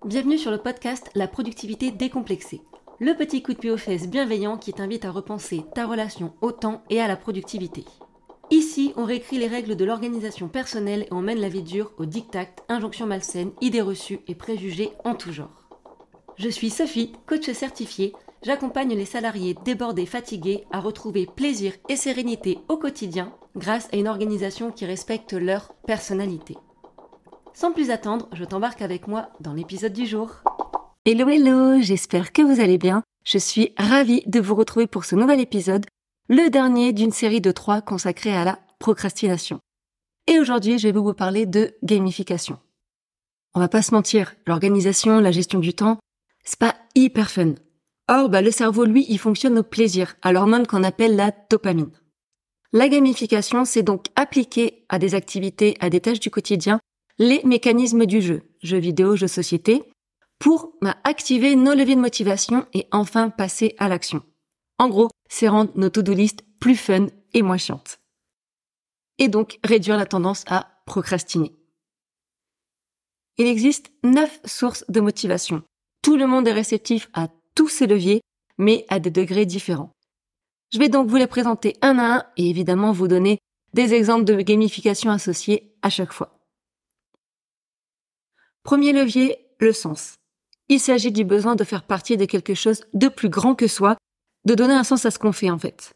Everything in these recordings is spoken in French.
Bienvenue sur le podcast La productivité décomplexée, le petit coup de pied aux fesses bienveillant qui t'invite à repenser ta relation au temps et à la productivité. Ici, on réécrit les règles de l'organisation personnelle et on mène la vie dure aux diktats, injonctions malsaines, idées reçues et préjugés en tout genre. Je suis Sophie, coach certifiée. J'accompagne les salariés débordés, fatigués à retrouver plaisir et sérénité au quotidien grâce à une organisation qui respecte leur personnalité. Sans plus attendre, je t'embarque avec moi dans l'épisode du jour. Hello, j'espère que vous allez bien. Je suis ravie de vous retrouver pour ce nouvel épisode, le dernier d'une série de 3 consacrée à la procrastination. Et aujourd'hui, je vais vous parler de gamification. On va pas se mentir, l'organisation, la gestion du temps, c'est pas hyper fun. Or, le cerveau, lui, il fonctionne au plaisir, à l'hormone qu'on appelle la dopamine. La gamification, c'est donc appliquer à des activités, à des tâches du quotidien, les mécanismes du jeu vidéo, jeux société, pour activer nos leviers de motivation et enfin passer à l'action. En gros, c'est rendre nos to-do list plus fun et moins chiantes. Et donc, réduire la tendance à procrastiner. Il existe 9 sources de motivation. Tout le monde est réceptif à tous ces leviers, mais à des degrés différents. Je vais donc vous les présenter un à un et évidemment vous donner des exemples de gamification associés à chaque fois. Premier levier, le sens. Il s'agit du besoin de faire partie de quelque chose de plus grand que soi, de donner un sens à ce qu'on fait en fait.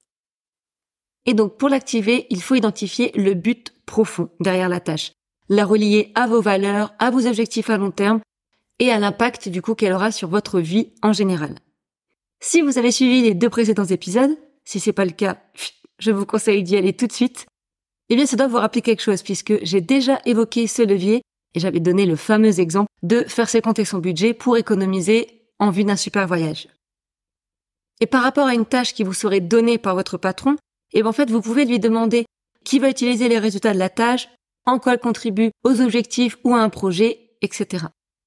Et donc pour l'activer, il faut identifier le but profond derrière la tâche, la relier à vos valeurs, à vos objectifs à long terme et à l'impact du coup qu'elle aura sur votre vie en général. Si vous avez suivi les 2 précédents épisodes, si c'est pas le cas, je vous conseille d'y aller tout de suite. Eh bien ça doit vous rappeler quelque chose puisque j'ai déjà évoqué ce levier et j'avais donné le fameux exemple de faire ses comptes et son budget pour économiser en vue d'un super voyage. Et par rapport à une tâche qui vous serait donnée par votre patron, en fait, vous pouvez lui demander qui va utiliser les résultats de la tâche, en quoi elle contribue aux objectifs ou à un projet, etc.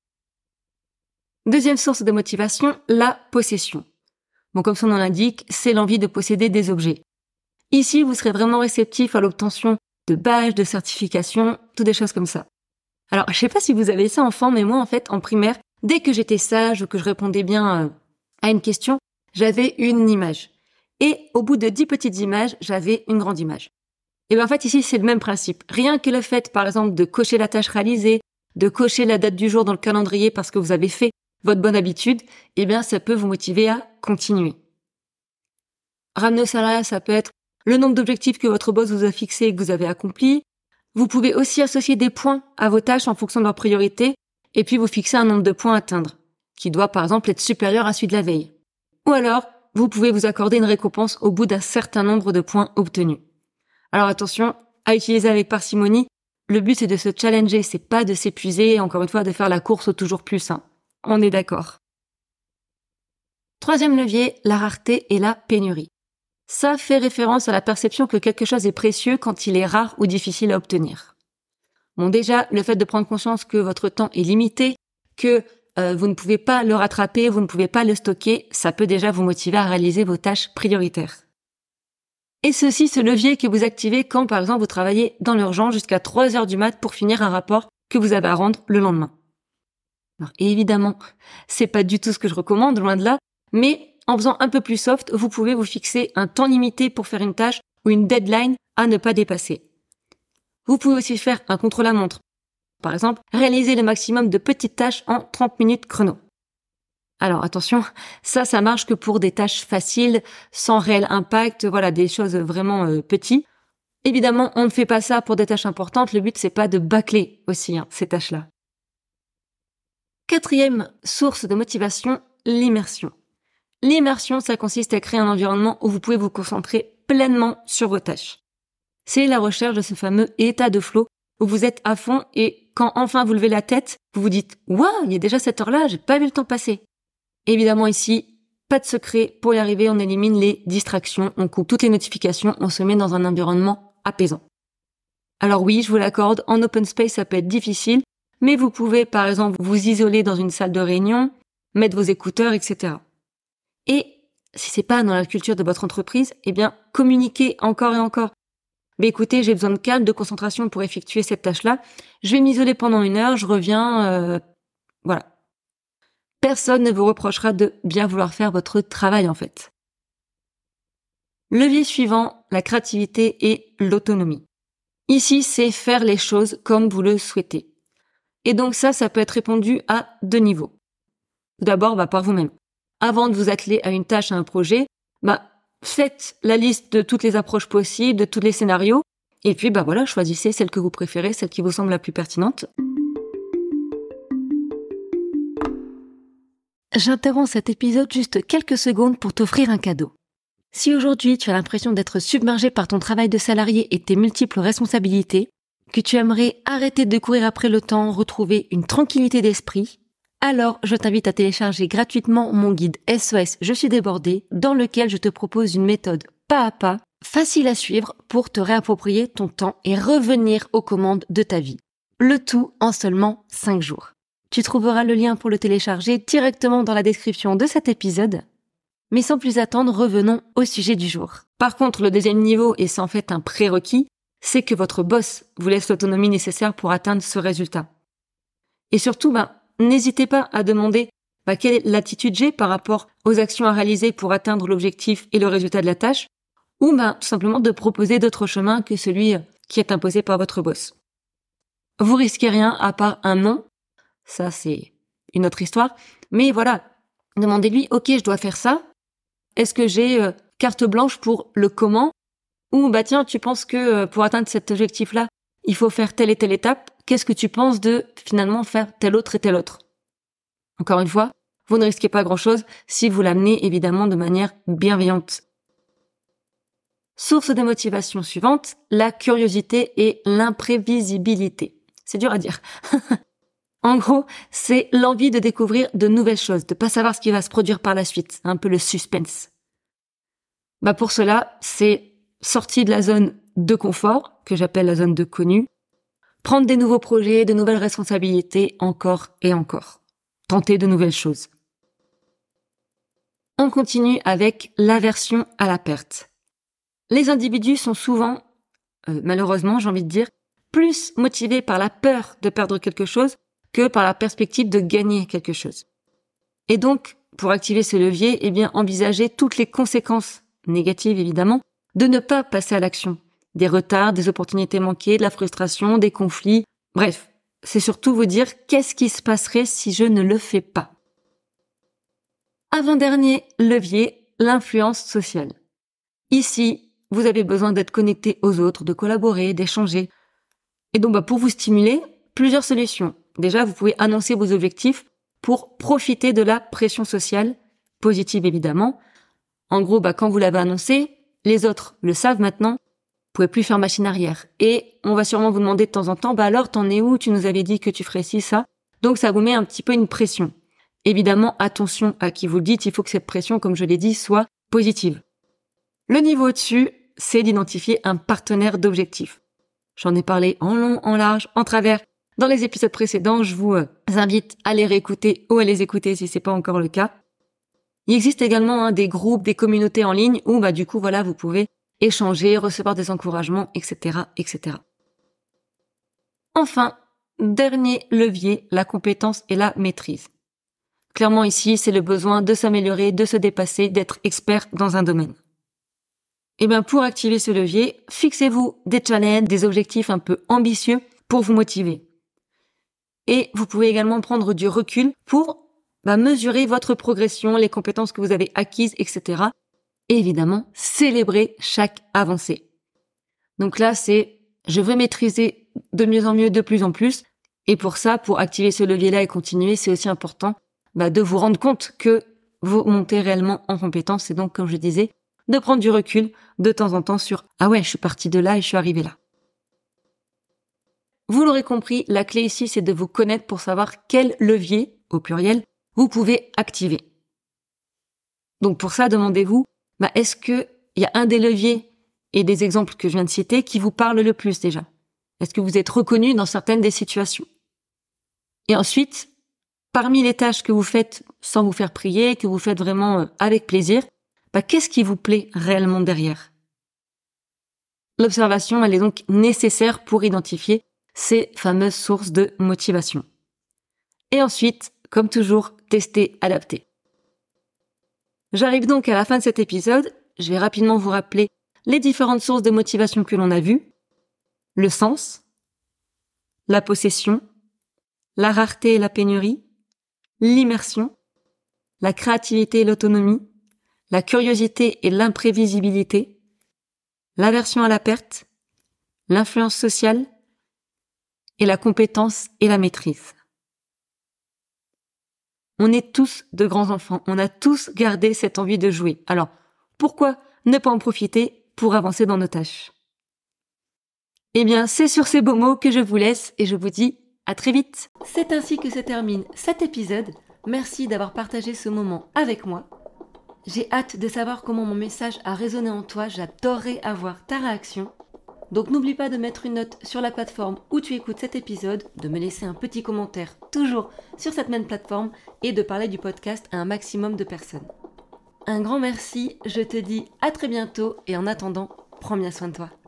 Deuxième source de motivation, la possession. Comme son nom l'indique, c'est l'envie de posséder des objets. Ici, vous serez vraiment réceptif à l'obtention de badges, de certifications, toutes des choses comme ça. Alors, je sais pas si vous avez ça enfant, mais moi, en fait, en primaire, dès que j'étais sage ou que je répondais bien à une question, j'avais une image. Et au bout de 10 petites images, j'avais une grande image. Et en fait, ici, c'est le même principe. Rien que le fait, par exemple, de cocher la tâche réalisée, de cocher la date du jour dans le calendrier parce que vous avez fait votre bonne habitude, ça peut vous motiver à continuer. Ramener au salariat, ça peut être le nombre d'objectifs que votre boss vous a fixés et que vous avez accomplis. Vous pouvez aussi associer des points à vos tâches en fonction de leur priorité et puis vous fixer un nombre de points à atteindre, qui doit par exemple être supérieur à celui de la veille. Ou alors, vous pouvez vous accorder une récompense au bout d'un certain nombre de points obtenus. Alors attention, à utiliser avec parcimonie, le but c'est de se challenger, c'est pas de s'épuiser, encore une fois de faire la course au toujours plus. On est d'accord. Troisième levier, la rareté et la pénurie. Ça fait référence à la perception que quelque chose est précieux quand il est rare ou difficile à obtenir. Déjà, le fait de prendre conscience que votre temps est limité, que vous ne pouvez pas le rattraper, vous ne pouvez pas le stocker, ça peut déjà vous motiver à réaliser vos tâches prioritaires. Et ce levier que vous activez quand, par exemple, vous travaillez dans l'urgence jusqu'à 3 heures du mat pour finir un rapport que vous avez à rendre le lendemain. Alors, évidemment, c'est pas du tout ce que je recommande, loin de là, mais en faisant un peu plus soft, vous pouvez vous fixer un temps limité pour faire une tâche ou une deadline à ne pas dépasser. Vous pouvez aussi faire un contre-la-montre. Par exemple, réaliser le maximum de petites tâches en 30 minutes chrono. Alors attention, ça marche que pour des tâches faciles, sans réel impact, des choses vraiment petites. Évidemment, on ne fait pas ça pour des tâches importantes, le but c'est pas de bâcler aussi ces tâches-là. Quatrième source de motivation, l'immersion. L'immersion, ça consiste à créer un environnement où vous pouvez vous concentrer pleinement sur vos tâches. C'est la recherche de ce fameux état de flow où vous êtes à fond et quand enfin vous levez la tête, vous vous dites « Waouh, il est déjà cette heure-là, j'ai pas vu le temps passer ». Évidemment ici, pas de secret, pour y arriver, on élimine les distractions, on coupe toutes les notifications, on se met dans un environnement apaisant. Alors oui, je vous l'accorde, en open space ça peut être difficile, mais vous pouvez par exemple vous isoler dans une salle de réunion, mettre vos écouteurs, etc. Et si c'est pas dans la culture de votre entreprise, communiquez encore et encore. Mais écoutez, j'ai besoin de calme, de concentration pour effectuer cette tâche-là. Je vais m'isoler pendant 1 heure, je reviens, personne ne vous reprochera de bien vouloir faire votre travail en fait. Levier suivant, la créativité et l'autonomie. Ici, c'est faire les choses comme vous le souhaitez. Et donc ça peut être répondu à 2 niveaux. Tout d'abord, par vous-même. Avant de vous atteler à une tâche, à un projet, faites la liste de toutes les approches possibles, de tous les scénarios, et puis choisissez celle que vous préférez, celle qui vous semble la plus pertinente. J'interromps cet épisode juste quelques secondes pour t'offrir un cadeau. Si aujourd'hui tu as l'impression d'être submergé par ton travail de salarié et tes multiples responsabilités, que tu aimerais arrêter de courir après le temps, retrouver une tranquillité d'esprit, alors je t'invite à télécharger gratuitement mon guide SOS Je suis débordé, dans lequel je te propose une méthode pas à pas, facile à suivre pour te réapproprier ton temps et revenir aux commandes de ta vie. Le tout en seulement 5 jours. Tu trouveras le lien pour le télécharger directement dans la description de cet épisode. Mais sans plus attendre, revenons au sujet du jour. Par contre, le deuxième niveau, et c'est en fait un prérequis, c'est que votre boss vous laisse l'autonomie nécessaire pour atteindre ce résultat. Et surtout, n'hésitez pas à demander quelle est l'attitude j'ai par rapport aux actions à réaliser pour atteindre l'objectif et le résultat de la tâche, ou tout simplement de proposer d'autres chemins que celui qui est imposé par votre boss. Vous risquez rien à part un non, ça c'est une autre histoire, mais voilà, demandez-lui, ok, je dois faire ça, est-ce que j'ai carte blanche pour le comment? Ou tiens, tu penses que pour atteindre cet objectif-là, il faut faire telle et telle étape, qu'est-ce que tu penses de finalement faire telle autre et telle autre? Encore une fois, vous ne risquez pas grand-chose si vous l'amenez évidemment de manière bienveillante. Source de motivation suivante, la curiosité et l'imprévisibilité. C'est dur à dire. En gros, c'est l'envie de découvrir de nouvelles choses, de pas savoir ce qui va se produire par la suite, un peu le suspense. Pour cela, c'est sortir de la zone de confort, que j'appelle la zone de connu, prendre des nouveaux projets, de nouvelles responsabilités, encore et encore. Tenter de nouvelles choses. On continue avec l'aversion à la perte. Les individus sont souvent, malheureusement j'ai envie de dire, plus motivés par la peur de perdre quelque chose que par la perspective de gagner quelque chose. Et donc, pour activer ce levier, envisagez toutes les conséquences, négatives évidemment, de ne pas passer à l'action. Des retards, des opportunités manquées, de la frustration, des conflits, bref. C'est surtout vous dire qu'est-ce qui se passerait si je ne le fais pas. Avant-dernier levier, l'influence sociale. Ici, vous avez besoin d'être connecté aux autres, de collaborer, d'échanger. Et donc, pour vous stimuler, plusieurs solutions. Déjà, vous pouvez annoncer vos objectifs pour profiter de la pression sociale, positive évidemment. En gros, quand vous l'avez annoncé, les autres le savent maintenant, vous pouvez plus faire machine arrière. Et on va sûrement vous demander de temps en temps, alors t'en es où? Tu nous avais dit que tu ferais ci, ça. Donc ça vous met un petit peu une pression. Évidemment, attention à qui vous le dites, il faut que cette pression, comme je l'ai dit, soit positive. Le niveau au-dessus, c'est d'identifier un partenaire d'objectif. J'en ai parlé en long, en large, en travers. Dans les épisodes précédents, je vous invite à les réécouter ou à les écouter si c'est pas encore le cas. Il existe également des groupes, des communautés en ligne où vous pouvez échanger, recevoir des encouragements, etc., etc. Enfin, dernier levier, la compétence et la maîtrise. Clairement ici, c'est le besoin de s'améliorer, de se dépasser, d'être expert dans un domaine. Pour activer ce levier, fixez-vous des challenges, des objectifs un peu ambitieux pour vous motiver. Et vous pouvez également prendre du recul pour mesurer votre progression, les compétences que vous avez acquises, etc. Et évidemment, célébrer chaque avancée. Donc là, c'est je veux maîtriser de mieux en mieux, de plus en plus. Et pour ça, pour activer ce levier-là et continuer, c'est aussi important de vous rendre compte que vous montez réellement en compétence. Et donc, comme je disais, de prendre du recul de temps en temps sur « Ah ouais, je suis partie de là et je suis arrivée là ». Vous l'aurez compris, la clé ici, c'est de vous connaître pour savoir quel levier, au pluriel, vous pouvez activer. Donc pour ça, demandez-vous, est-ce qu'il y a un des leviers et des exemples que je viens de citer qui vous parlent le plus déjà? Est-ce que vous êtes reconnu dans certaines des situations? Et ensuite, parmi les tâches que vous faites sans vous faire prier, que vous faites vraiment avec plaisir, qu'est-ce qui vous plaît réellement derrière? L'observation, elle est donc nécessaire pour identifier ces fameuses sources de motivation. Et ensuite, comme toujours, tester, adapter. J'arrive donc à la fin de cet épisode. Je vais rapidement vous rappeler les différentes sources de motivation que l'on a vues. Le sens, la possession, la rareté et la pénurie, l'immersion, la créativité et l'autonomie, la curiosité et l'imprévisibilité, l'aversion à la perte, l'influence sociale et la compétence et la maîtrise. On est tous de grands enfants, on a tous gardé cette envie de jouer. Alors, pourquoi ne pas en profiter pour avancer dans nos tâches ? Eh bien, c'est sur ces beaux mots que je vous laisse et je vous dis à très vite. C'est ainsi que se termine cet épisode. Merci d'avoir partagé ce moment avec moi. J'ai hâte de savoir comment mon message a résonné en toi. J'adorerais avoir ta réaction. Donc n'oublie pas de mettre une note sur la plateforme où tu écoutes cet épisode, de me laisser un petit commentaire toujours sur cette même plateforme et de parler du podcast à un maximum de personnes. Un grand merci, je te dis à très bientôt et en attendant, prends bien soin de toi.